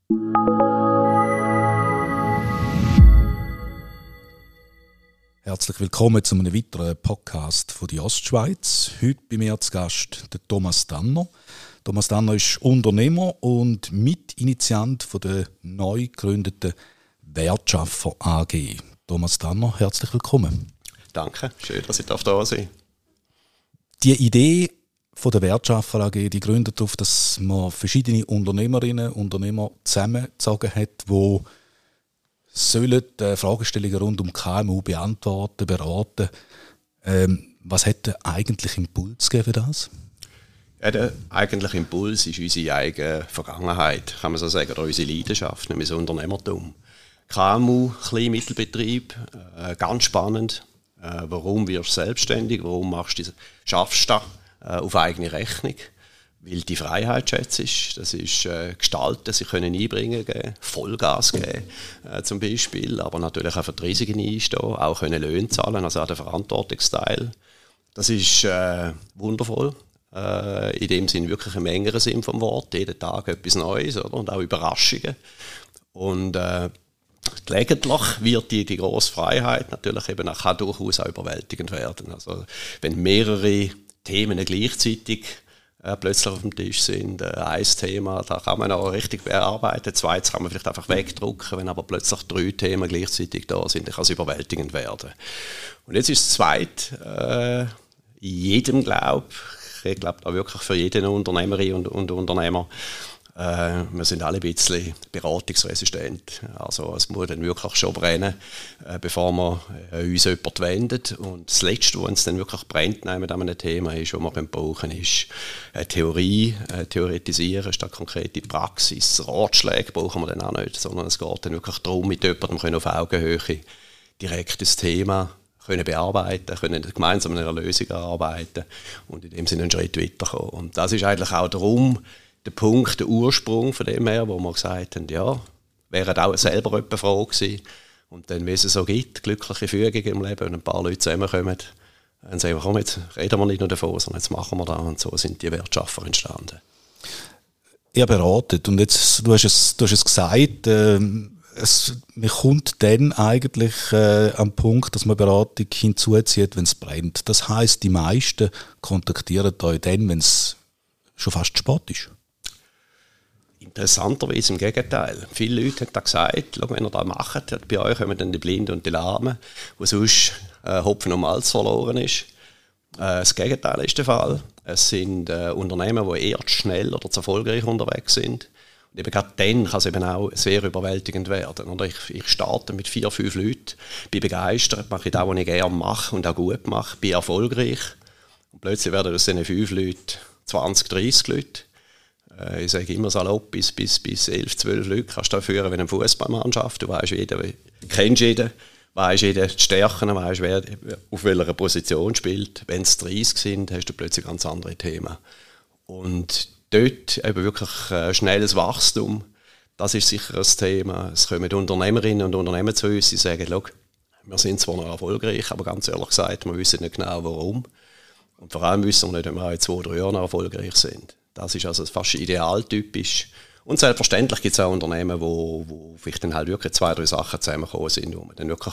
Herzlich willkommen zu einem weiteren Podcast von der Ostschweiz. Heute bei mir zu Gast der Thomas Tanner. Thomas Tanner ist Unternehmer und Mitinitiant von der neu gegründeten Wertschaffer AG. Thomas Tanner, herzlich willkommen. Danke, schön, dass ich da sein darf. Die Idee von der Wertschaffer AG, die gründet darauf, dass man verschiedene Unternehmerinnen und Unternehmer zusammengezogen hat, die sollen Fragestellungen rund um KMU beantworten, beraten. Was hat der eigentliche Impuls gegeben für das? Ja, der eigentliche Impuls ist unsere eigene Vergangenheit, kann man so sagen, oder unsere Leidenschaft, nämlich das Unternehmertum. KMU, Klein-Mittelbetrieb, ganz spannend. Warum wirst du selbstständig? Warum schaffst du das auf eigene Rechnung? Weil die Freiheit schätzt, das ist Gestalten, sie können einbringen, Vollgas geben zum Beispiel, aber natürlich auch für die Risiken einstehen, auch können Löhne zahlen, also auch der Verantwortungsteil. Das ist wundervoll, in dem Sinn wirklich im engeren Sinn vom Wort, jeden Tag etwas Neues, oder? Und auch Überraschungen. Und gelegentlich wird die grosse Freiheit natürlich eben auch durchaus auch überwältigend werden. Also wenn mehrere Themen gleichzeitig plötzlich auf dem Tisch sind. Ein Thema, da kann man auch richtig bearbeiten. Zweites kann man vielleicht einfach wegdrücken. Wenn aber plötzlich 3 Themen gleichzeitig da sind, dann kann es überwältigend werden. Und jetzt ist das Zweite, in jedem ich glaube da wirklich für jeden Unternehmerin und Unternehmer, wir sind alle ein bisschen beratungsresistent. Also es muss dann wirklich schon brennen, bevor man uns jemand wendet. Und das Letzte, wenn es dann wirklich brennt mit einem Thema ist, das man brauchen ist Theorie, theoretisieren statt konkrete Praxis. Ratschläge brauchen wir dann auch nicht, sondern es geht dann wirklich darum, mit jemandem auf Augenhöhe direkt das Thema können bearbeiten, können gemeinsam eine Lösung erarbeiten und in dem Sinne einen Schritt weiterkommen. Und das ist eigentlich auch darum, der Punkt, der Ursprung von dem her, wo wir gesagt haben, ja, wäre auch selber jemand froh gewesen. Und dann, wie es so gibt, glückliche Fügung im Leben, wenn ein paar Leute zusammenkommen, dann sagen wir, komm, jetzt reden wir nicht nur davon, sondern jetzt machen wir das. Und so sind die Wertschaffer entstanden. Ihr beratet und jetzt, du hast es gesagt, man kommt dann eigentlich am Punkt, dass man Beratung hinzuzieht, wenn es brennt. Das heisst, die meisten kontaktieren euch dann, wenn es schon fast spät ist. Interessanterweise im Gegenteil. Viele Leute haben da gesagt, wenn ihr das macht, bei euch kommen dann die Blinden und die Lahmen, wo sonst Hopfen und Malz verloren ist. Das Gegenteil ist der Fall. Es sind Unternehmen, die eher schnell oder zu erfolgreich unterwegs sind. Und eben gerade dann kann es eben auch sehr überwältigend werden. Oder ich starte mit 4, 5 Leuten, bin begeistert, mache das, was ich gerne mache und auch gut mache, bin erfolgreich. Und plötzlich werden aus diesen 5 Leuten 20, 30 Leute. Ich sage immer salopp, bis 11, 12 Leute kannst du führen wie eine Fußballmannschaft. Du weißt, kennst jeden, weißt jeder die Stärken, weißt, wer auf welcher Position spielt. Wenn es 30 sind, hast du plötzlich ganz andere Themen. Und dort eben wirklich schnelles Wachstum, das ist sicher ein Thema. Es kommen Unternehmerinnen und Unternehmer zu uns, die sagen, schau, wir sind zwar noch erfolgreich, aber ganz ehrlich gesagt, wir wissen nicht genau, warum. Und vor allem wissen wir nicht, ob wir in 2, 3 Jahren noch erfolgreich sind. Das ist also fast idealtypisch. Und selbstverständlich gibt es auch Unternehmen, wo vielleicht dann halt wirklich 2, 3 Sachen zusammengekommen sind, wo man dann wirklich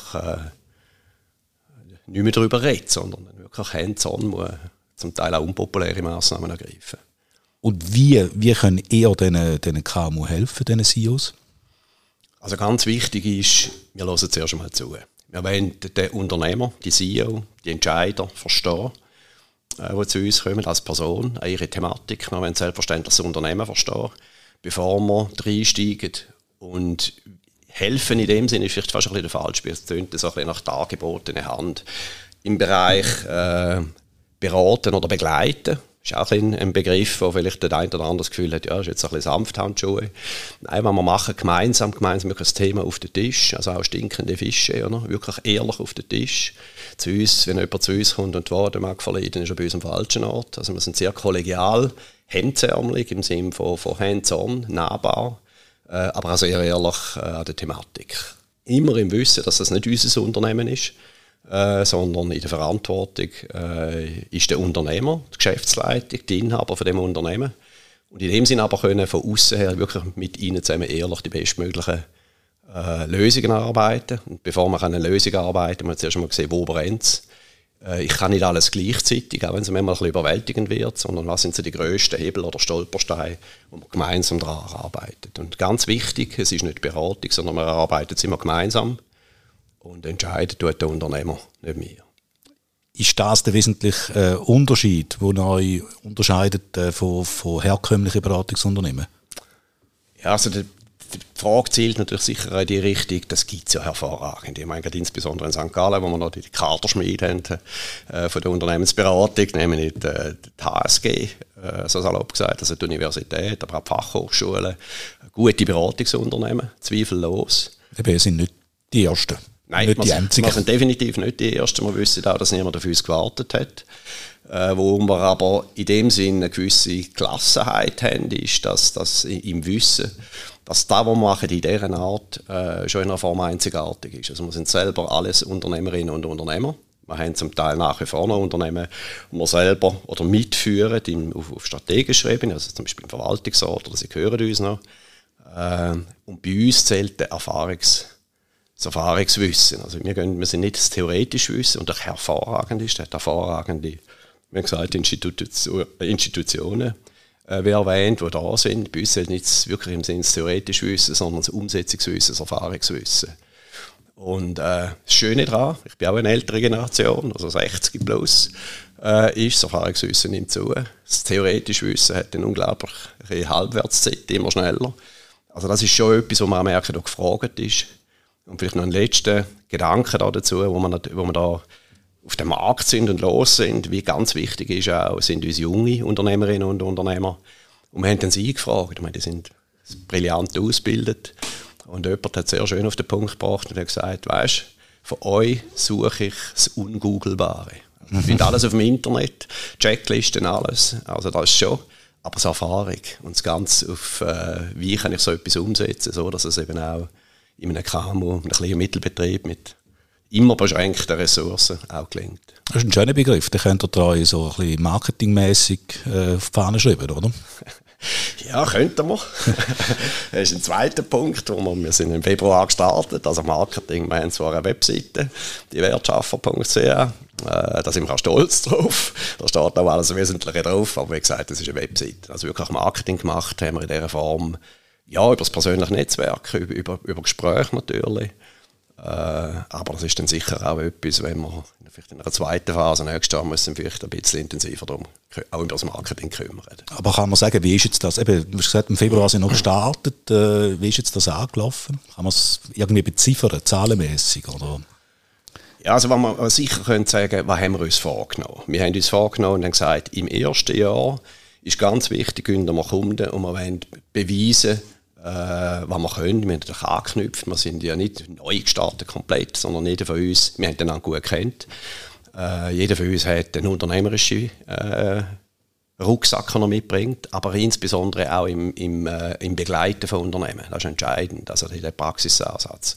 nicht mehr darüber redet, sondern dann wirklich hands-on muss zum Teil auch unpopuläre Massnahmen ergreifen. Und wie können ihr diesen KMU helfen, diesen CEOs? Also ganz wichtig ist, wir hören zuerst einmal zu. Wir wollen den Unternehmer, die CEO, die Entscheider verstehen, die zu uns kommen als Person, ihre Thematik. Wir wollen selbstverständlich das Unternehmen verstehen, bevor wir reinsteigen. Und helfen in dem Sinne ist vielleicht fast ein bisschen der falsche Begriff. Es tönt so ein bisschen nach dargebotene Hand. Im Bereich beraten oder begleiten ist auch ein Begriff, wo vielleicht der eine oder andere das Gefühl hat, ja, ist jetzt ein bisschen Sanfthandschuhe. Nein, was wir machen, gemeinsam wirklich das Thema auf den Tisch, also auch stinkende Fische, oder? Wirklich ehrlich auf den Tisch. Zu uns, wenn jemand zu uns kommt und Worte mag verlieren, dann ist er bei uns am falschen Ort. Also wir sind sehr kollegial, hemdsärmelig im Sinne von hands-on, nahbar, aber auch sehr ehrlich an der Thematik. Immer im Wissen, dass das nicht unser Unternehmen ist, sondern in der Verantwortung ist der Unternehmer, die Geschäftsleitung, die Inhaber von dem Unternehmen, Und in dem Sinne aber können von außen her wirklich mit ihnen zusammen ehrlich die bestmöglichen Lösungen arbeiten. Und bevor wir eine Lösung arbeiten, müssen wir zuerst einmal sehen, wo brennt es. Ich kann nicht alles gleichzeitig, auch wenn es manchmal ein bisschen überwältigend wird, sondern was sind so die grössten Hebel oder Stolpersteine, wo man gemeinsam daran arbeitet. Und ganz wichtig, es ist nicht Beratung, sondern wir arbeiten es immer gemeinsam und entscheiden tut der Unternehmer, nicht wir. Ist das der wesentliche Unterschied, der euch unterscheidet von herkömmlichen Beratungsunternehmen? Ja, also die Frage zielt natürlich sicher in die Richtung, das gibt es ja hervorragend. Ich meine, insbesondere in St. Gallen, wo wir noch die Kaderschmiede haben von der Unternehmensberatung, nämlich nicht die HSG, so salopp gesagt, also die Universität, aber auch die Fachhochschulen, gute Beratungsunternehmen, zweifellos. Wir sind nicht die Ersten. Nein, wir sind definitiv nicht die Ersten. Wir wissen auch, dass niemand auf uns gewartet hat. Wo wir aber in dem Sinne eine gewisse Gelassenheit haben, ist, dass im Wissen, dass das, was wir machen, in dieser Art schon in einer Form einzigartig ist. Also wir sind selber alles Unternehmerinnen und Unternehmer. Wir haben zum Teil nach wie vor noch Unternehmen, die wir selber oder mitführen auf strategischer Ebene, also zum Beispiel im Verwaltungsrat, oder sie gehören uns noch. Und bei uns zählt das Erfahrungswissen. Also wir sind nicht das theoretische Wissen, und das hervorragend ist, das hervorragende, wie gesagt, Institutionen wie erwähnt, die da sind. Bei uns ist nicht wirklich im Sinne das theoretische Wissen, sondern das Umsetzungswissen, das Erfahrungswissen. Und das Schöne daran, ich bin auch eine ältere Generation, also 60 plus, ist, das Erfahrungswissen nimmt zu. Das theoretische Wissen hat eine unglaubliche Halbwertszeit, immer schneller. Also das ist schon etwas, wo man merkt, dass gefragt ist. Und vielleicht noch ein letzter Gedanke dazu, wo wir da auf dem Markt sind und los sind, wie ganz wichtig ist auch, sind uns junge Unternehmerinnen und Unternehmer. Und wir haben dann sie gefragt, ich meine, die sind brillant ausgebildet. Und jemand hat sehr schön auf den Punkt gebracht und hat gesagt, weisst, von euch suche ich das Ungooglebare. Ich finde alles auf dem Internet, Checklisten, alles, also das ist schon, aber das Erfahrung und das Ganze auf, wie kann ich so etwas umsetzen, so dass es eben auch in einem KMU, einem kleinen Mittelbetrieb mit immer beschränkten Ressourcen auch gelingt. Das ist ein schöner Begriff, den könnt ihr da so ein bisschen marketingmässig auf die Fahne schreiben, oder? Ja, könnten wir. Das ist ein zweiter Punkt, wir sind im Februar gestartet, also Marketing, wir haben zwar eine Webseite, die wertschaffer.ch, da sind wir auch stolz drauf, da steht auch alles Wesentliche drauf, aber wie gesagt, das ist eine Webseite. Also wirklich Marketing gemacht haben wir in dieser Form, ja, über das persönliche Netzwerk, über Gespräche natürlich. Aber das ist dann sicher auch etwas, wenn wir vielleicht in einer zweiten Phase nächstes Jahr müssen vielleicht ein bisschen intensiver darum, auch über das Marketing kümmern. Aber kann man sagen, wie ist jetzt das? Eben, du hast gesagt, im Februar sind noch gestartet. Wie ist jetzt das angelaufen? Kann man es irgendwie beziffern, zahlenmäßig? Oder? Ja, also was man sicher können sagen, was haben wir uns vorgenommen? Wir haben uns vorgenommen und haben gesagt, im ersten Jahr ist ganz wichtig, können wir Kunden und wir wollen beweisen, was wir können. Wir haben natürlich angeknüpft. Wir sind ja nicht neu gestartet komplett, sondern jeder von uns, wir haben den auch gut kennt. Jeder von uns hat einen unternehmerischen Rucksack, den er mitbringt, aber insbesondere auch im Begleiten von Unternehmen. Das ist entscheidend, also der Praxisansatz.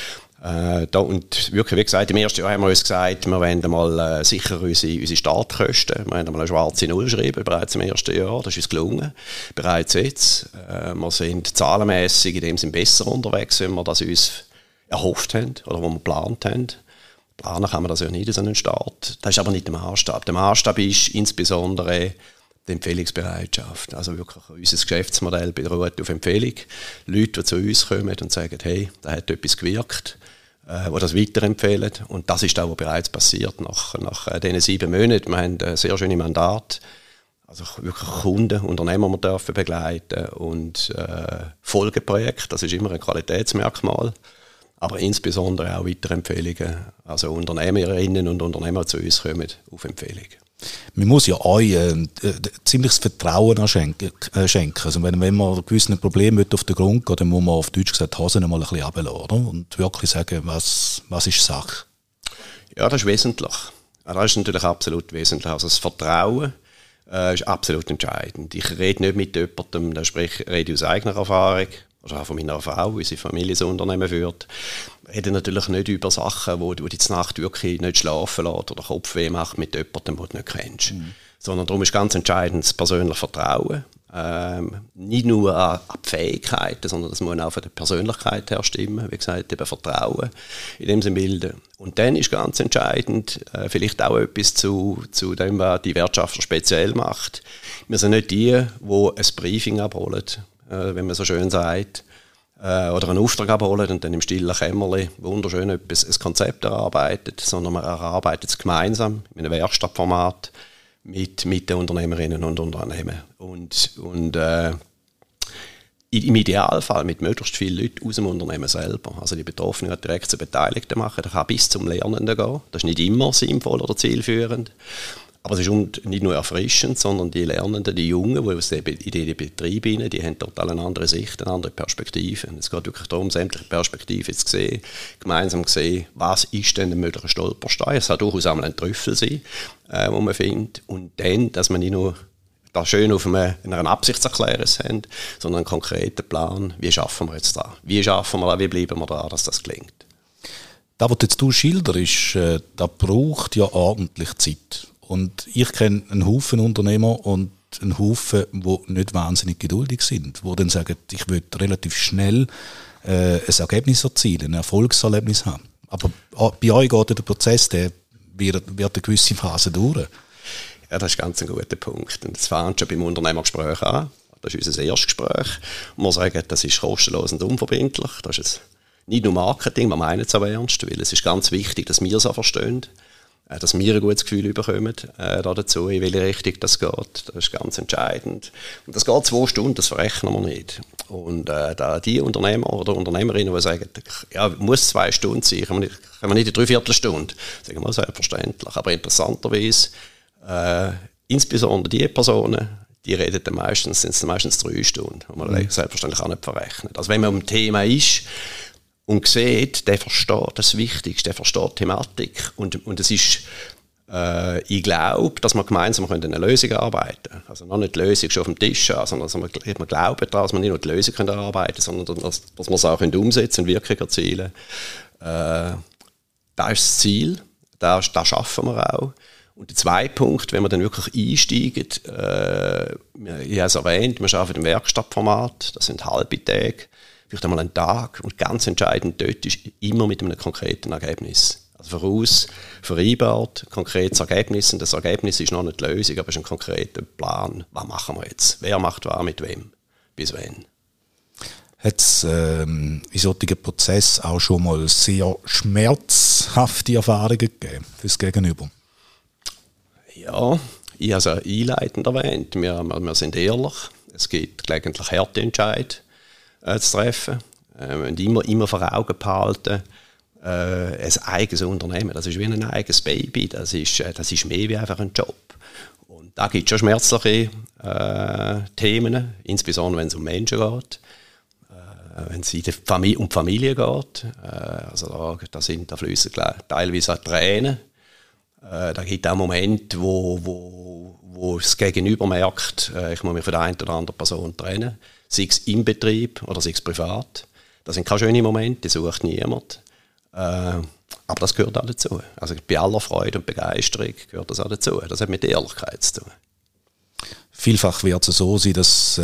Und wirklich, wie gesagt, im ersten Jahr haben wir uns gesagt, wir wollen mal sicher unsere Startkosten, wir wollen mal eine schwarze Null schreiben, bereits im ersten Jahr, das ist uns gelungen, bereits jetzt. Wir sind zahlenmässig in dem Sinne besser unterwegs, wenn wir das uns erhofft haben oder wo wir geplant haben. Planen kann man das ja nicht, so einen Start. Das ist aber nicht der Maßstab. Der Maßstab ist insbesondere die Empfehlungsbereitschaft. Also wirklich, unser Geschäftsmodell beruht auf Empfehlung. Leute, die zu uns kommen und sagen, hey, da hat etwas gewirkt, die das weiterempfehlen. Und das ist auch, was bereits passiert nach diesen 7 Monaten. Wir haben ein sehr schönes Mandat. Also wirklich Kunden, Unternehmer wir dürfen begleiten und Folgeprojekte, das ist immer ein Qualitätsmerkmal. Aber insbesondere auch Weiterempfehlungen, also Unternehmerinnen und Unternehmer zu uns kommen auf Empfehlung. Man muss ja euch ziemliches Vertrauen schenken. Also wenn man gewissen Problemen auf den Grund geht, dann muss man auf Deutsch gesagt Hosen mal ein bisschen runterlassen, oder? Und wirklich sagen, was ist Sache? Ja, das ist wesentlich. Das ist natürlich absolut wesentlich. Also das Vertrauen ist absolut entscheidend. Ich rede nicht mit jemandem, sprich rede aus eigener Erfahrung, oder auch von meiner Frau, wie sie Familie so Unternehmen führt. Ich rede natürlich nicht über Sachen, wo die Nacht wirklich nicht schlafen lässt oder Kopfweh macht mit jemandem, den du nicht kennst. Sondern darum ist ganz entscheidend das persönliche Vertrauen. Nicht nur an die Fähigkeiten, sondern das muss auch von der Persönlichkeit her stimmen. Wie gesagt, eben Vertrauen in dem Sinne bilden. Und dann ist ganz entscheidend, vielleicht auch etwas zu dem, was die Wirtschaftler speziell macht. Wir sind nicht die ein Briefing abholen, wenn man so schön sagt, oder einen Auftrag abholen und dann im stillen Kämmerlein wunderschön ein Konzept erarbeitet, sondern man erarbeitet es gemeinsam in einem Werkstattformat mit den Unternehmerinnen und Unternehmen. Und im Idealfall mit möglichst vielen Leuten aus dem Unternehmen selber. Also die Betroffenen direkt zu Beteiligten machen. Das kann bis zum Lernenden gehen. Das ist nicht immer sinnvoll oder zielführend. Aber es ist nicht nur erfrischend, sondern die Lernenden, die Jungen, die in den Betrieb hinein, die haben total eine andere Sicht, eine andere Perspektive. Und es geht wirklich darum, sämtliche Perspektiven zu sehen, gemeinsam zu sehen, was ist denn ein möglicher Stolperstein. Es kann durchaus einmal ein Trüffel sein, den man findet. Und dann, dass man nicht nur das schön auf einer Absichtserklärung haben, sondern einen konkreten Plan, wie schaffen wir jetzt das? Wie schaffen wir das? Wie bleiben wir da, dass das gelingt? Das, was jetzt du schilderst, das braucht ja ordentlich Zeit. Und ich kenne einen Haufen Unternehmer und einen Haufen, die nicht wahnsinnig geduldig sind, die dann sagen, ich will relativ schnell ein Ergebnis erzielen, ein Erfolgserlebnis haben. Aber bei euch geht der Prozess, der wird eine gewisse Phase dauern. Ja, das ist ganz ein guter Punkt. Und das fängt schon beim Unternehmergespräch an. Das ist unser erstes Gespräch. Und wir sagen, das ist kostenlos und unverbindlich. Das ist nicht nur Marketing, wir meinen es aber ernst, weil es ist ganz wichtig, dass wir es auch verstehen. Dass wir ein gutes Gefühl bekommen dazu, in welche Richtung das geht. Das ist ganz entscheidend. Und das geht 2 Stunden, das verrechnen wir nicht. Und da die Unternehmer oder Unternehmerinnen, die sagen, ja, muss 2 Stunden sein, können wir nicht eine Dreiviertelstunde, sagen wir selbstverständlich. Aber interessanterweise, insbesondere die Personen, die reden dann meistens 3 Stunden, und man selbstverständlich auch nicht verrechnet. Also wenn man am Thema ist, und sieht, der versteht das Wichtigste, der versteht die Thematik. Und es ist, ich glaube, dass wir gemeinsam eine Lösung arbeiten können. Also noch nicht die Lösung schon auf dem Tisch haben, sondern wir glauben daran, dass wir nicht nur die Lösung arbeiten können, sondern dass wir es auch umsetzen und Wirkung erzielen können. Das ist das Ziel, das schaffen wir auch. Und der zweite Punkt, wenn wir dann wirklich einsteigen, ich habe es erwähnt, wir arbeiten im Werkstattformat, das sind halbe Tage, vielleicht einmal einen Tag, und ganz entscheidend dort ist immer mit einem konkreten Ergebnis. Also voraus vereinbart, konkretes Ergebnis, und das Ergebnis ist noch nicht die Lösung, aber es ist ein konkreter Plan. Was machen wir jetzt? Wer macht was mit wem? Bis wann? Hat es in solchen Prozessen auch schon mal sehr schmerzhafte Erfahrungen gegeben für das Gegenüber? Ja, ich habe es einleitend erwähnt. Wir sind ehrlich. Es gibt gelegentlich harte Entscheidungen zu treffen. Und immer vor Augen behalten, ein eigenes Unternehmen, das ist wie ein eigenes Baby, das ist mehr wie einfach ein Job. Und da gibt es schon schmerzliche Themen, insbesondere wenn es um Menschen geht, wenn es um die Familie geht. Also da fließen teilweise auch Tränen. Da gibt es auch Momente, wo das Gegenüber merkt, ich muss mich von der einen oder anderen Person trennen. Sei es im Betrieb oder sei es privat. Das sind keine schönen Momente, die sucht niemand. Aber das gehört auch dazu. Also bei aller Freude und Begeisterung gehört das auch dazu. Das hat mit Ehrlichkeit zu tun. Vielfach wird es so sein, dass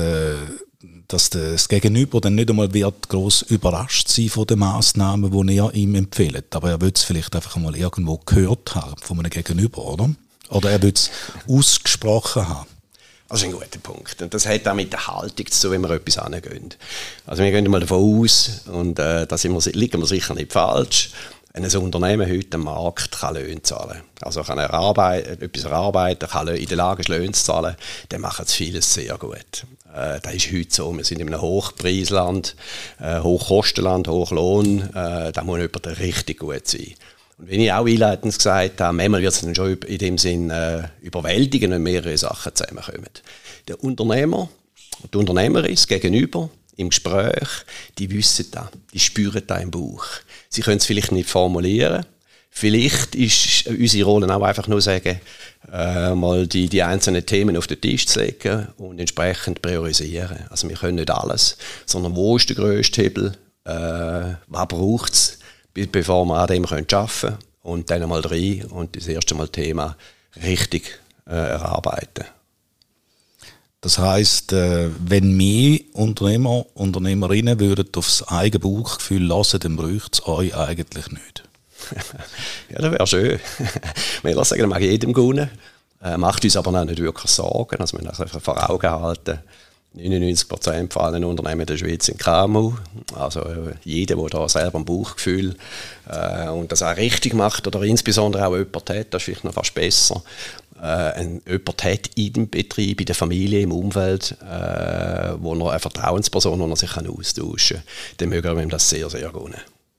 das Gegenüber dann nicht einmal wird gross überrascht sein von den Massnahmen, die ihr ihm empfiehlt. Aber er will es vielleicht einfach mal irgendwo gehört haben von einem Gegenüber, oder? Oder er will es ausgesprochen haben. Das ist ein guter Punkt. Und das hat auch mit der Haltung zu tun, wenn wir etwas angehen. Also wir gehen mal davon aus, und da liegen wir sicher nicht falsch, wenn ein Unternehmen heute am Markt kann Löhne zahlen, also kann etwas erarbeiten, kann in der Lage ist, Löhne zu zahlen, dann machen es vieles sehr gut. Das ist heute so. Wir sind in einem Hochpreisland, Hochkostenland, Hochlohn. Da muss jemand richtig gut sein. Und wenn ich auch einleitend gesagt habe, manchmal wird es dann schon in dem Sinn überwältigen, wenn mehrere Sachen zusammenkommen. Der Unternehmer und die Unternehmerin, das Gegenüber, im Gespräch, die wissen das, die spüren das im Bauch. Sie können es vielleicht nicht formulieren. Vielleicht ist unsere Rolle auch einfach nur sagen, mal die einzelnen Themen auf den Tisch zu legen und entsprechend priorisieren. Also wir können nicht alles, sondern wo ist der grösste Hebel, was braucht es, bevor wir an dem arbeiten können, und dann einmal rein und das erste Mal Thema richtig erarbeiten. Das heisst, wenn mehr Unternehmer, Unternehmerinnen würden aufs eigene Bauchgefühl lassen, dann bräuchte es euch eigentlich nicht. Ja, das wäre schön. Wir sagen, mag jedem gönnen. Macht uns aber auch nicht wirklich Sorgen. Also wir müssen einfach vor Augen halten, 99% von allen Unternehmen der Schweiz sind KMU. Also jeder, der da selber ein Bauchgefühl und das auch richtig macht oder insbesondere auch jemand hat, das ist vielleicht noch fast besser, jemand hat in dem Betrieb, in der Familie, im Umfeld, wo er eine Vertrauensperson, wo er sich austauschen kann, dann mögen wir ihm das sehr, sehr gönnen.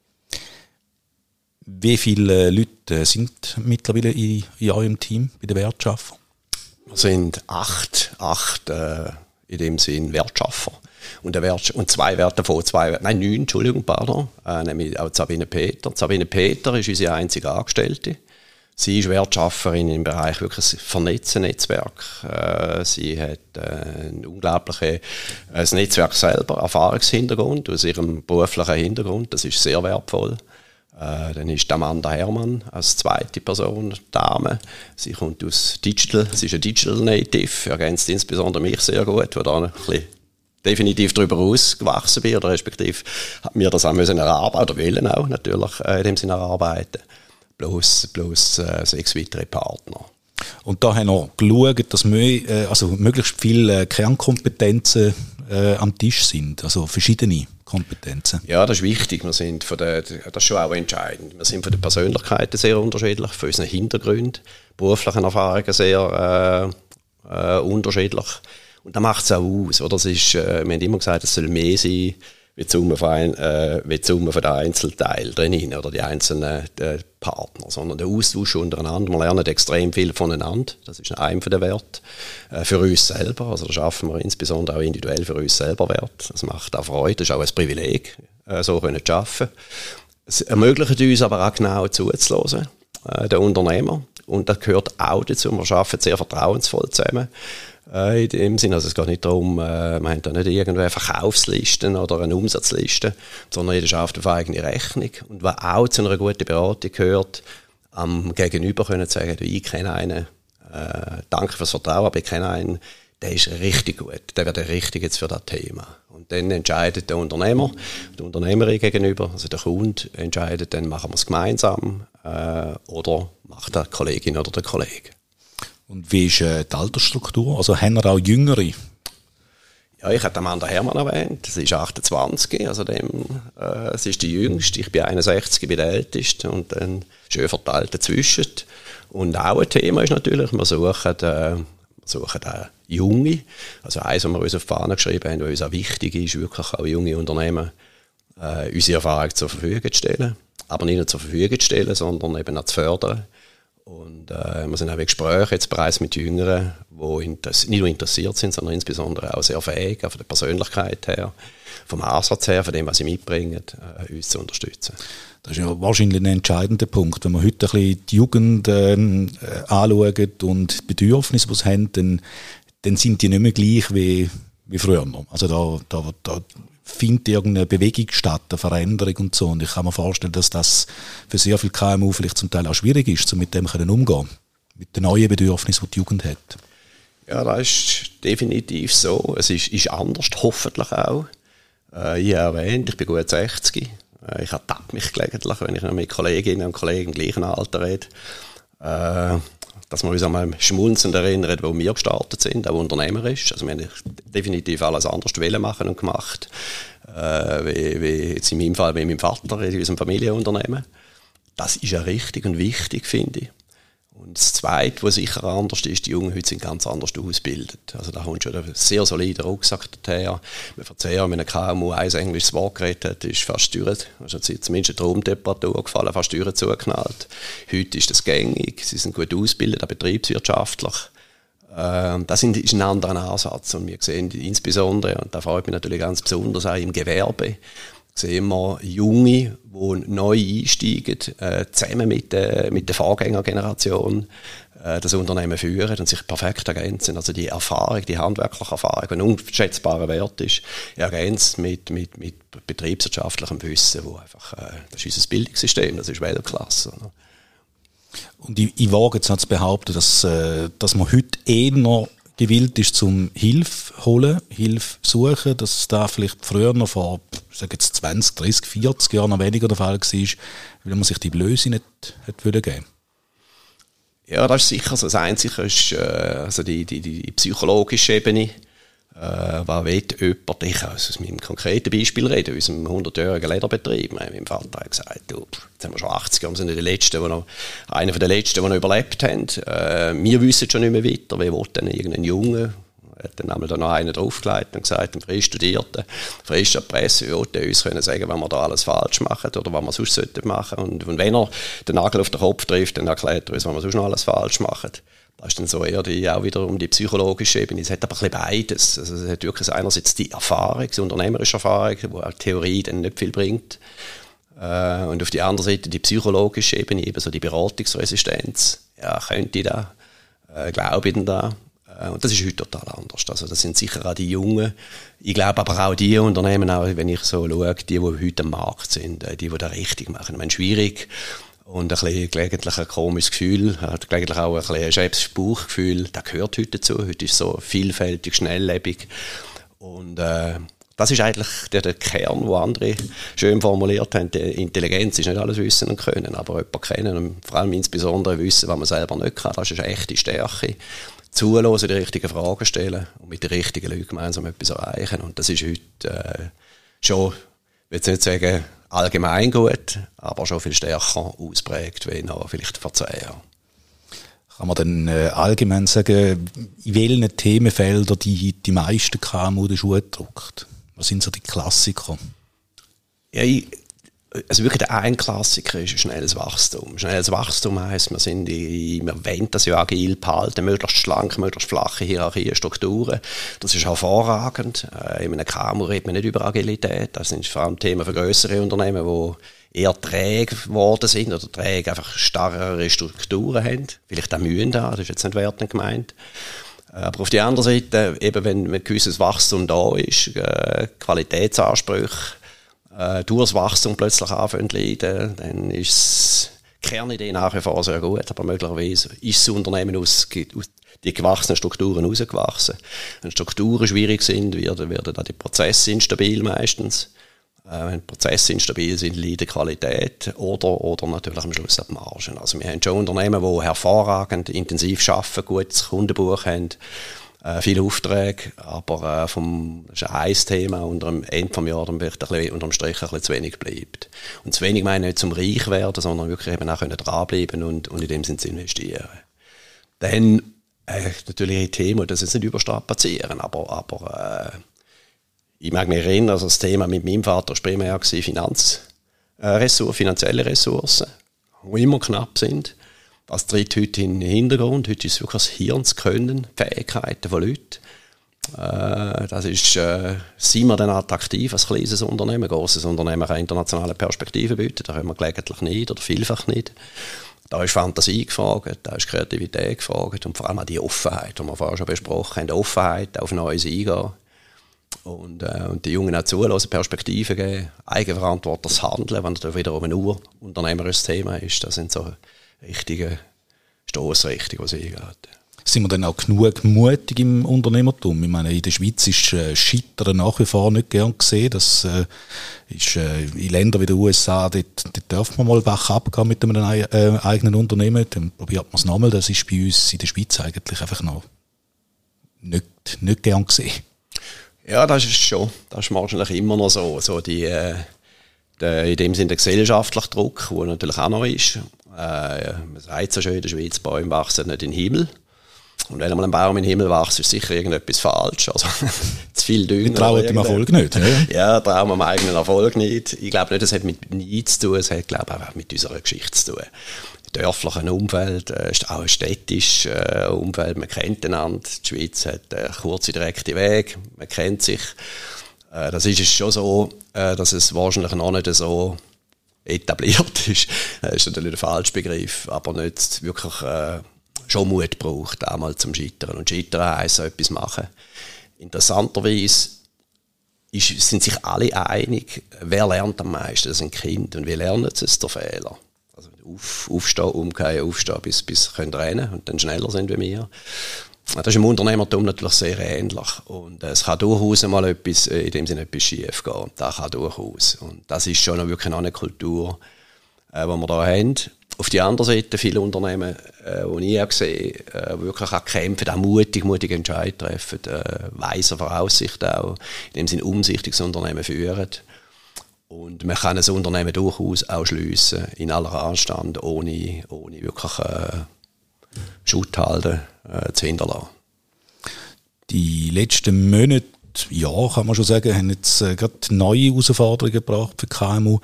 Wie viele Leute sind mittlerweile in eurem Team bei den Wertschaffer? Wir sind acht in dem Sinn Wertschaffer. Und 9, Entschuldigung, pardon. Nämlich auch Sabine Peter. Sabine Peter ist unsere einzige Angestellte. Sie ist Wertschafferin im Bereich wirklich vernetzten Netzwerk. Sie hat ein unglaubliches Netzwerk selber, Erfahrungshintergrund aus ihrem beruflichen Hintergrund. Das ist sehr wertvoll. Dann ist Amanda Herrmann als zweite Person Dame. Sie kommt aus Digital, sie ist ein Digital Native, ergänzt insbesondere mich sehr gut, wo da ein bisschen definitiv darüber ausgewachsen bin, oder respektive hat mir das auch müssen erarbeiten, oder wollen auch natürlich in dem Sinne erarbeiten. Plus 6 weitere Partner. Und da haben wir geschaut, dass möglichst viele Kernkompetenzen am Tisch sind, also verschiedene Kompetenzen. Ja, das ist wichtig. Das ist schon auch entscheidend. Wir sind von den Persönlichkeiten sehr unterschiedlich, von unseren Hintergründen, beruflichen Erfahrungen sehr unterschiedlich. Und das macht es auch aus. Oder? Wir haben immer gesagt, es soll mehr sein, wie die Summe von den Einzelteilen drin, oder die einzelnen Partner, sondern der Austausch untereinander. Wir lernen extrem viel voneinander. Das ist einer der Werte für uns selber. Also da schaffen wir insbesondere auch individuell für uns selber Wert. Das macht auch Freude, das ist auch ein Privileg, so zu arbeiten. Es ermöglicht uns aber auch genau zuzuhören, den Unternehmer. Und das gehört auch dazu. Wir arbeiten sehr vertrauensvoll zusammen. In dem Sinne, also es geht nicht darum, wir haben da nicht irgendwelche Verkaufslisten oder eine Umsatzliste, sondern jeder schafft auf eigene Rechnung. Und was auch zu einer guten Beratung gehört, am Gegenüber können zu sagen, ich kenne einen, danke fürs Vertrauen, aber ich kenne einen, der ist richtig gut, der wäre der Richtige jetzt für das Thema. Und dann entscheidet der Unternehmer, die Unternehmerin gegenüber, also der Kunde entscheidet, dann machen wir es gemeinsam oder macht die Kollegin oder der Kollege. Und wie ist die Altersstruktur? Also haben wir auch Jüngere? Ja, ich habe Amanda Herrmann erwähnt. Sie ist 28, also sie ist die Jüngste. Ich bin 61, ich bin der Älteste und dann schön verteilt dazwischen. Und auch ein Thema ist natürlich, wir suchen Junge. Also eins, was wir uns auf die Fahne geschrieben haben, was uns auch wichtig ist, wirklich auch junge Unternehmen unsere Erfahrung zur Verfügung zu stellen. Aber nicht nur zur Verfügung zu stellen, sondern eben auch zu fördern. Und wir sind auch in Gesprächen jetzt bereits mit Jüngeren, die nicht nur interessiert sind, sondern insbesondere auch sehr fähig, auch von der Persönlichkeit her, vom Ansatz her, von dem, was sie mitbringen, uns zu unterstützen. Das ist ja wahrscheinlich ein entscheidender Punkt. Wenn wir heute ein bisschen die Jugend anschauen und die Bedürfnisse, die sie haben, dann sind die nicht mehr gleich wie früher. Also da findet irgendeine Bewegung statt, eine Veränderung und so. Und ich kann mir vorstellen, dass das für sehr viele KMU vielleicht zum Teil auch schwierig ist, um mit dem umzugehen, mit den neuen Bedürfnissen, die die Jugend hat. Ja, das ist definitiv so. Es ist anders, hoffentlich auch. Ich habe erwähnt, ich bin gut 60. Ich ertappe mich gelegentlich, wenn ich noch mit Kolleginnen und Kollegen im gleichen Alter rede, dass wir uns an einem Schmunzeln erinnern, wo wir gestartet sind, auch unternehmerisch. Also wir haben definitiv alles anders machen und gemacht, wie jetzt in meinem Fall, wie mein Vater in unserem Familienunternehmen. Das ist ja richtig und wichtig, finde ich. Und das Zweite, was sicher anders ist, die Jungen heute sind ganz anders ausgebildet. Also da kommt schon ein sehr solider Rucksack daher. Wir erzählen, wenn ein KMU ein englisches Wort geredet hat, ist fast durch. Also zumindest eine Raumtemperatur gefallen, fast durch zugeknallt. Heute ist das gängig, sie sind gut ausgebildet, auch betriebswirtschaftlich. Das ist ein anderer Ansatz. Und wir sehen insbesondere, und da freut mich natürlich ganz besonders auch im Gewerbe, sehen wir Junge, die neu einsteigen, zusammen mit der Vorgängergeneration das Unternehmen führen und sich perfekt ergänzen. Also die Erfahrung, die handwerkliche Erfahrung, ein unschätzbarer Wert ist, ergänzt mit betriebswirtschaftlichem Wissen, wo einfach, das ist unser Bildungssystem, das ist Weltklasse. Oder? Und ich wage jetzt zu behaupten, dass man heute eher gewillt ist, zum Hilfe holen, Hilfe suchen, dass es da vielleicht früher noch vor, ich sage jetzt 20, 30, 40 Jahren noch weniger der Fall war, weil man sich die Blöße nicht hätte geben. Ja, das ist sicher so. Das Einzige ist also die psychologische Ebene. Was will jemand? Ich kann aus meinem konkreten Beispiel reden, aus unserem 100-jährigen Lederbetrieb. Mein Vater hat gesagt, jetzt haben wir schon 80 Jahre, wir sind einer der Letzten, die noch überlebt haben. Wir wissen schon nicht mehr weiter, wie will denn irgendein Junge, hat dann einmal da noch einen draufgelegt und gesagt, ein frisch Studierter, frisch an die Presse, will uns können sagen, wenn wir da alles falsch machen oder was wir sonst machen sollten. Und wenn er den Nagel auf den Kopf trifft, dann erklärt er uns, was wir sonst noch alles falsch machen. Das ist dann so eher auch wieder um die psychologische Ebene. Es hat aber ein bisschen beides. Also es hat wirklich einerseits die Erfahrung, die unternehmerische Erfahrung, wo auch die Theorie dann nicht viel bringt. Und auf die andere Seite die psychologische Ebene, eben so die Beratungsresistenz. Ja, könnte ich da? Glaube ich denn da? Und das ist heute total anders. Also das sind sicher auch die Jungen. Ich glaube aber auch die Unternehmen, auch wenn ich so schaue, die heute am Markt sind, die das richtig machen. Ich meine, schwierig. Und gelegentlich ein komisches Gefühl, gelegentlich auch ein schäbisches Bauchgefühl, das gehört heute dazu. Heute ist es so vielfältig, schnelllebig. Und das ist eigentlich der Kern, wo andere schön formuliert haben. Die Intelligenz ist nicht alles Wissen und Können, aber jemanden kennen und vor allem insbesondere wissen, was man selber nicht kann. Das ist eine echte Stärke. Zuhören, die richtigen Fragen stellen und mit den richtigen Leuten gemeinsam etwas erreichen. Und das ist heute schon, ich will jetzt nicht sagen, allgemein gut, aber schon viel stärker ausprägt wie noch vielleicht vor 10 Jahren. Kann man dann allgemein sagen, in welchen Themenfeldern die meisten KMU den Schuh drückt? Was sind so die Klassiker? Ja, also wirklich der ein Klassiker ist ein schnelles Wachstum. Schnelles Wachstum heisst, wir wollen das ja agil behalten, möglichst schlank, möglichst flache Hierarchien, Strukturen. Das ist hervorragend. In einem KMU redet man nicht über Agilität. Das sind vor allem Themen für grössere Unternehmen, die eher träge geworden sind oder träge einfach starrere Strukturen haben. Vielleicht auch Mühen da, das ist jetzt nicht wertend gemeint. Aber auf der anderen Seite, eben wenn ein gewisses Wachstum da ist, Qualitätsansprüche, durchs Wachstum plötzlich anfangen zu leiden, dann ist die Kernidee nach wie vor sehr gut, aber möglicherweise ist das Unternehmen aus die gewachsenen Strukturen rausgewachsen. Wenn Strukturen schwierig sind, werden dann die Prozesse instabil meistens. Wenn die Prozesse instabil sind, leidet Qualität oder natürlich am Schluss auch die Margen. Also wir haben schon Unternehmen, die hervorragend intensiv arbeiten, gutes Kundenbuch haben, viele Aufträge, aber das ist ein Thema unter dem Ende des Jahres dann vielleicht unter dem Strich ein bisschen zu wenig bleibt. Und zu wenig meine ich nicht zum Reich werden, sondern wirklich eben auch dranbleiben und in dem Sinne zu investieren. Dann natürlich ein Thema, das jetzt nicht überstrapazieren, aber ich mag mich erinnern, also das Thema mit meinem Vater war primär finanzielle Ressourcen, die immer knapp sind. Das tritt heute in den Hintergrund. Heute ist es wirklich das Hirn zu können, Fähigkeiten von Leuten. Das ist, sind wir dann attraktiv als kleines Unternehmen? Ein grosses Unternehmen kann internationale Perspektiven bieten, da haben wir gelegentlich nicht oder vielfach nicht. Da ist Fantasie gefragt, da ist Kreativität gefragt und vor allem auch die Offenheit, die wir vorher schon besprochen haben, die Offenheit auf Neues eingehen. Und die Jungen auch zulassen, Perspektiven geben, eigenverantwortliches Handeln, wenn das wiederum ein urunternehmerisches Thema ist, das sind so richtige Stossrichtungen, die es eingeht. Sind wir dann auch genug mutig im Unternehmertum? Ich meine, in der Schweiz ist Scheitern nach wie vor nicht gern gesehen. Das ist in Ländern wie den USA, dort darf man mal bergab gehen mit einem eigenen Unternehmen. Dann probiert man es nochmal. Das ist bei uns in der Schweiz eigentlich einfach noch nicht gern gesehen. Ja, das ist schon. Das ist wahrscheinlich immer noch so. In dem Sinne der gesellschaftliche Druck, der natürlich auch noch ist. Man sagt so schön in der Schweiz, Bäume wachsen nicht in den Himmel. Und wenn einmal ein Baum in den Himmel wächst, ist sicher irgendetwas falsch. Also, zu viel Dünger. Wir trauen dem Erfolg nicht. Ja, trauen wir dem eigenen Erfolg nicht. Ich glaube nicht, das hat mit nichts zu tun, es hat, glaube ich, auch mit unserer Geschichte zu tun. Im dörflichen Umfeld, auch ein städtisches Umfeld, man kennt einander. Die Schweiz hat kurze, direkte Wege, man kennt sich. Das ist es schon so, dass es wahrscheinlich noch nicht so etabliert ist. Das ist natürlich der falsche Begriff, aber nicht wirklich schon Mut braucht, einmal zum Scheitern. Und Scheitern heisst so etwas machen. Interessanterweise sind sich alle einig, wer lernt am meisten? Das sind Kinder. Und wie lernen sie es? Der Fehler. Also aufstehen, umkehren, aufstehen, bis sie rennen können und dann schneller sind wie wir. Das ist im Unternehmertum natürlich sehr ähnlich. Und es kann durchaus mal etwas, in dem Sinne etwas schief gehen. Das kann durchaus. Und das ist schon wirklich noch eine Kultur, die wir da haben. Auf der anderen Seite viele Unternehmen, die ich auch sehe, wirklich auch kämpfen, auch mutige Entscheidungen treffen, weiser Voraussicht auch, in dem Sinne umsichtiges Unternehmen führen. Und man kann ein Unternehmen durchaus auch schliessen, in aller Anstand, ohne wirklich Schutt halten zu hinterlassen. Die letzten Monate, ja, kann man schon sagen, haben jetzt gerade neue Herausforderungen gebracht für KMU.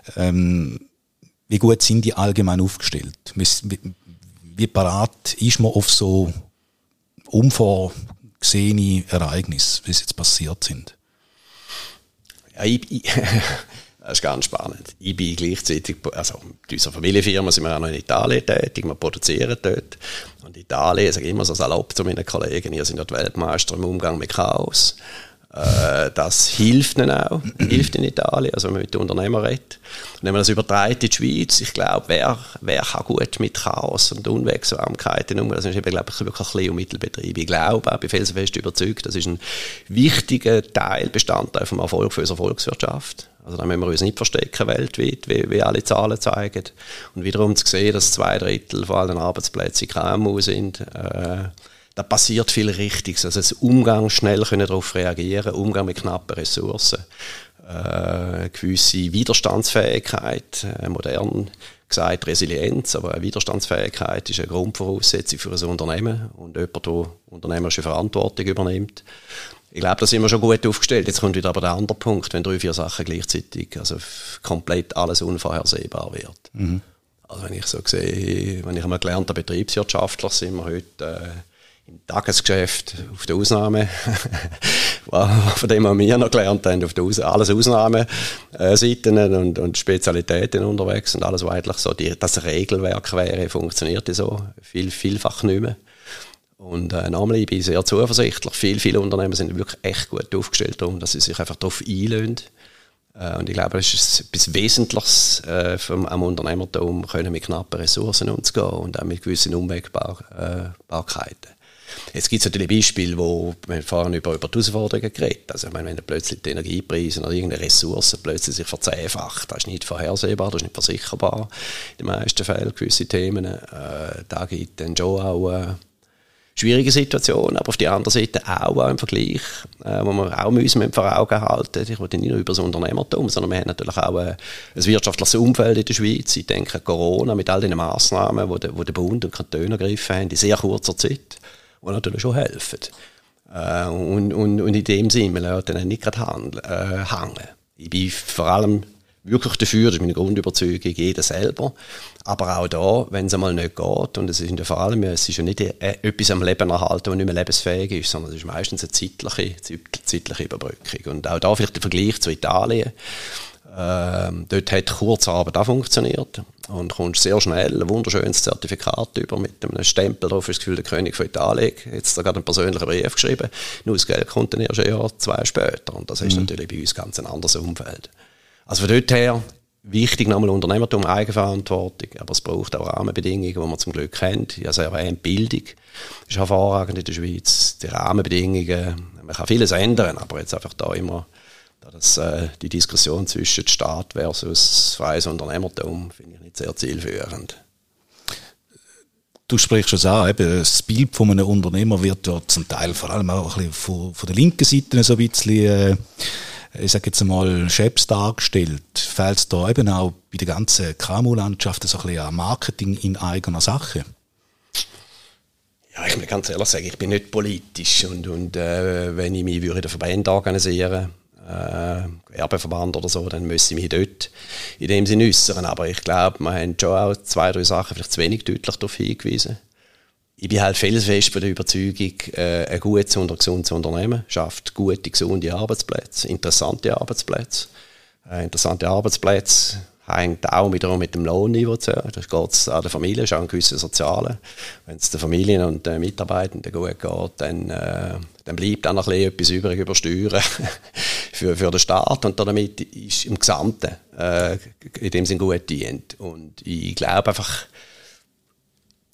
Wie gut sind die allgemein aufgestellt? Wie parat ist man auf so unvorgesehene Ereignisse, wie sie jetzt passiert sind? Ja, das ist ganz spannend. Ich bin gleichzeitig, also in unserer Familienfirma sind wir auch noch in Italien tätig, wir produzieren dort. Und Italien, ich sage immer so salopp zu meinen Kollegen, ihr seid dort Weltmeister im Umgang mit Chaos. Das hilft ihnen auch, hilft in Italien, also wenn man mit den Unternehmern redet. Und wenn man das übertreibt in die Schweiz, ich glaube, wer kann gut mit Chaos und Unwegsamkeiten umgehen? Das ist eben, glaube ich, wirklich Klein- und Mittelbetriebe. Ich glaube, auch bin felsenfest überzeugt, das ist ein wichtiger Bestandteil vom Erfolg für unsere Volkswirtschaft. Also da müssen wir uns nicht verstecken weltweit, wie alle Zahlen zeigen. Und wiederum zu sehen, dass 2/3 von allen Arbeitsplätzen in KMU sind, da passiert viel Richtiges. Also das Umgang, schnell können darauf reagieren, Umgang mit knappen Ressourcen, gewisse Widerstandsfähigkeit, modern gesagt Resilienz, aber eine Widerstandsfähigkeit ist eine Grundvoraussetzung für ein Unternehmen und jemand, der unternehmerische Verantwortung übernimmt. Ich glaube, da sind wir schon gut aufgestellt. Jetzt kommt wieder aber der andere Punkt, wenn 3-4 Sachen gleichzeitig, also komplett alles unvorhersehbar wird. Mhm. Also wenn ich so sehe, wenn ich einmal gelernter Betriebswirtschaftler, sind wir heute im Tagesgeschäft auf der Ausnahme, von dem wir noch gelernt haben, auf der alles Ausnahmeseiten und Spezialitäten unterwegs und alles, was eigentlich so das Regelwerk wäre, funktioniert so vielfach nicht mehr. Und nochmal, ich bin sehr zuversichtlich. Viele Unternehmen sind wirklich echt gut aufgestellt, darum, dass sie sich einfach darauf einlösen. Und ich glaube, es ist etwas Wesentliches am Unternehmertum, können mit knappen Ressourcen umzugehen und auch mit gewissen Unwägbarkeiten. Jetzt gibt es natürlich Beispiele, wo wir vorhin über die Herausforderungen geredet. Also ich meine, wenn plötzlich die Energiepreise oder irgendeine Ressource plötzlich sich verzehnfacht, das ist nicht vorhersehbar, das ist nicht versicherbar in den meisten Fällen, gewisse Themen. Da gibt es dann schon auch schwierige Situation, aber auf der anderen Seite auch im Vergleich, wo wir auch müssen vor Augen halten. Ich wollte nicht nur über das Unternehmertum, sondern wir haben natürlich auch ein wirtschaftliches Umfeld in der Schweiz. Ich denke, Corona mit all den Massnahmen, die der Bund und Kantone ergriffen haben, in sehr kurzer Zeit, die natürlich schon helfen. Und in dem Sinne, wir lassen dann nicht gerade hängen. Ich bin vor allem wirklich dafür, das ist meine Grundüberzeugung, jeder selber. Aber auch da, wenn es einmal nicht geht, und es ist ja vor allem, es ist ja nicht etwas am Leben erhalten, das nicht mehr lebensfähig ist, sondern es ist meistens eine zeitliche Überbrückung. Und auch da vielleicht der Vergleich zu Italien. Dort hat Kurzarbeit auch funktioniert und kommst sehr schnell ein wunderschönes Zertifikat über mit einem Stempel drauf, ist das Gefühl, der König von Italien jetzt da gerade einen persönlichen Brief geschrieben, nur das Geld kommt dann erst ein Jahr, 2 später und das ist natürlich bei uns ganz ein anderes Umfeld. Also von dort her wichtig nochmal Unternehmertum, Eigenverantwortung, aber es braucht auch Rahmenbedingungen, die wir zum Glück haben. Ich habe es erwähnt, Bildung ist hervorragend in der Schweiz, die Rahmenbedingungen, man kann vieles ändern, aber jetzt einfach da immer die Diskussion zwischen Staat versus freies Unternehmertum finde ich nicht sehr zielführend. Du sprichst es an, eben das Bild von einem Unternehmer wird ja zum Teil vor allem auch ein bisschen von der linken Seite so ein bisschen, ich sage jetzt einmal, scheps dargestellt. Fehlt es da eben auch bei der ganzen KMU-Landschaft so ein bisschen an Marketing in eigener Sache? Ja, ich muss ganz ehrlich sagen, ich bin nicht politisch und wenn ich mich in den Verbänden organisieren Gewerbeverband oder so, dann müsste ich mich dort in dem Sinne äußern. Aber ich glaube, wir haben schon auch 2-3 Sachen vielleicht zu wenig deutlich darauf hingewiesen. Ich bin halt felsenfest von der Überzeugung, ein gutes und ein gesundes Unternehmen schafft gute, gesunde Arbeitsplätze, interessante Arbeitsplätze. Interessante Arbeitsplätze hängt auch wiederum mit dem Lohnniveau zusammen. Das geht an der Familie, ist auch ein gewisser Sozialen. Wenn es den Familien und den Mitarbeitenden gut geht, dann bleibt auch noch etwas übrig über Steuern für den Staat und damit ist im Gesamten in dem Sinn gut dient. Und ich glaube einfach,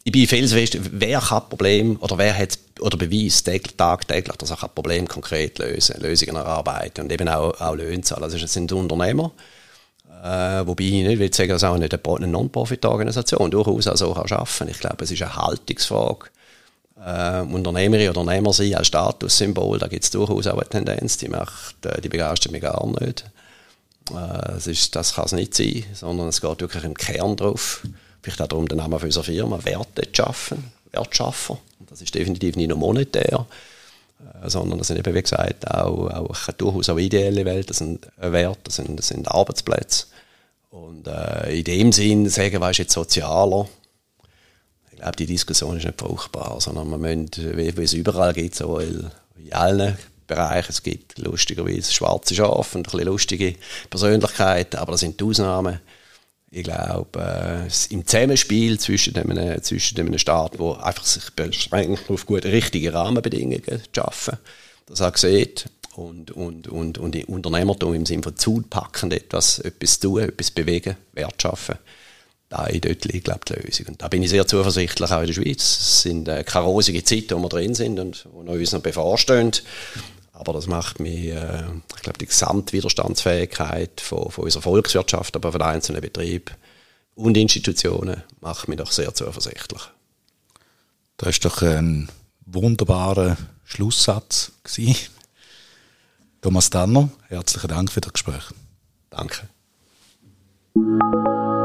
ich bin felsenfest, wer kann Problem oder wer hat oder beweist tagtäglich, dass er ein Problem konkret Lösungen erarbeiten und eben auch Löhne zahlen. Also es sind Unternehmer, wobei ich nicht will sagen, dass auch nicht eine Non-Profit-Organisation durchaus auch so arbeiten kann. Ich glaube, es ist eine Haltungsfrage. Unternehmerin oder Unternehmer sein als Statussymbol, da gibt es durchaus auch eine Tendenz, die begeistert mich gar nicht. Das kann es nicht sein, sondern es geht wirklich im Kern drauf. Vielleicht auch darum, den Namen für unsere Firma, Werte zu schaffen, Wertschaffer. Das ist definitiv nicht nur monetär, sondern das sind eben, wie gesagt, auch durchaus auch ideelle Welt, das sind Werte, das sind Arbeitsplätze. Und in dem Sinn sagen, was ist jetzt sozialer? Ich glaube, die Diskussion ist nicht fruchtbar, sondern man müssen, wie es überall gibt, so in allen Bereichen, es gibt lustigerweise schwarze Schafe und ein bisschen lustige Persönlichkeiten, aber das sind die Ausnahmen. Ich glaube, im Zusammenspiel zwischen dem Staat, der einfach sich beschränkt auf gute, richtige Rahmenbedingungen zu schaffen, das er sieht, und Unternehmertum im Sinne von zupacken, etwas tun, etwas bewegen, Wert schaffen, dort liegt, glaube ich, die Lösung. Und da bin ich sehr zuversichtlich, auch in der Schweiz. Es sind keine rosige Zeiten, wo wir drin sind und die uns noch bevorstehen. Aber das macht mich, ich glaube, die Gesamtwiderstandsfähigkeit von unserer Volkswirtschaft, aber von den einzelnen Betrieben und Institutionen, macht mich doch sehr zuversichtlich. Das ist doch ein wunderbarer Schlusssatz gewesen. Thomas Tanner, herzlichen Dank für das Gespräch. Danke.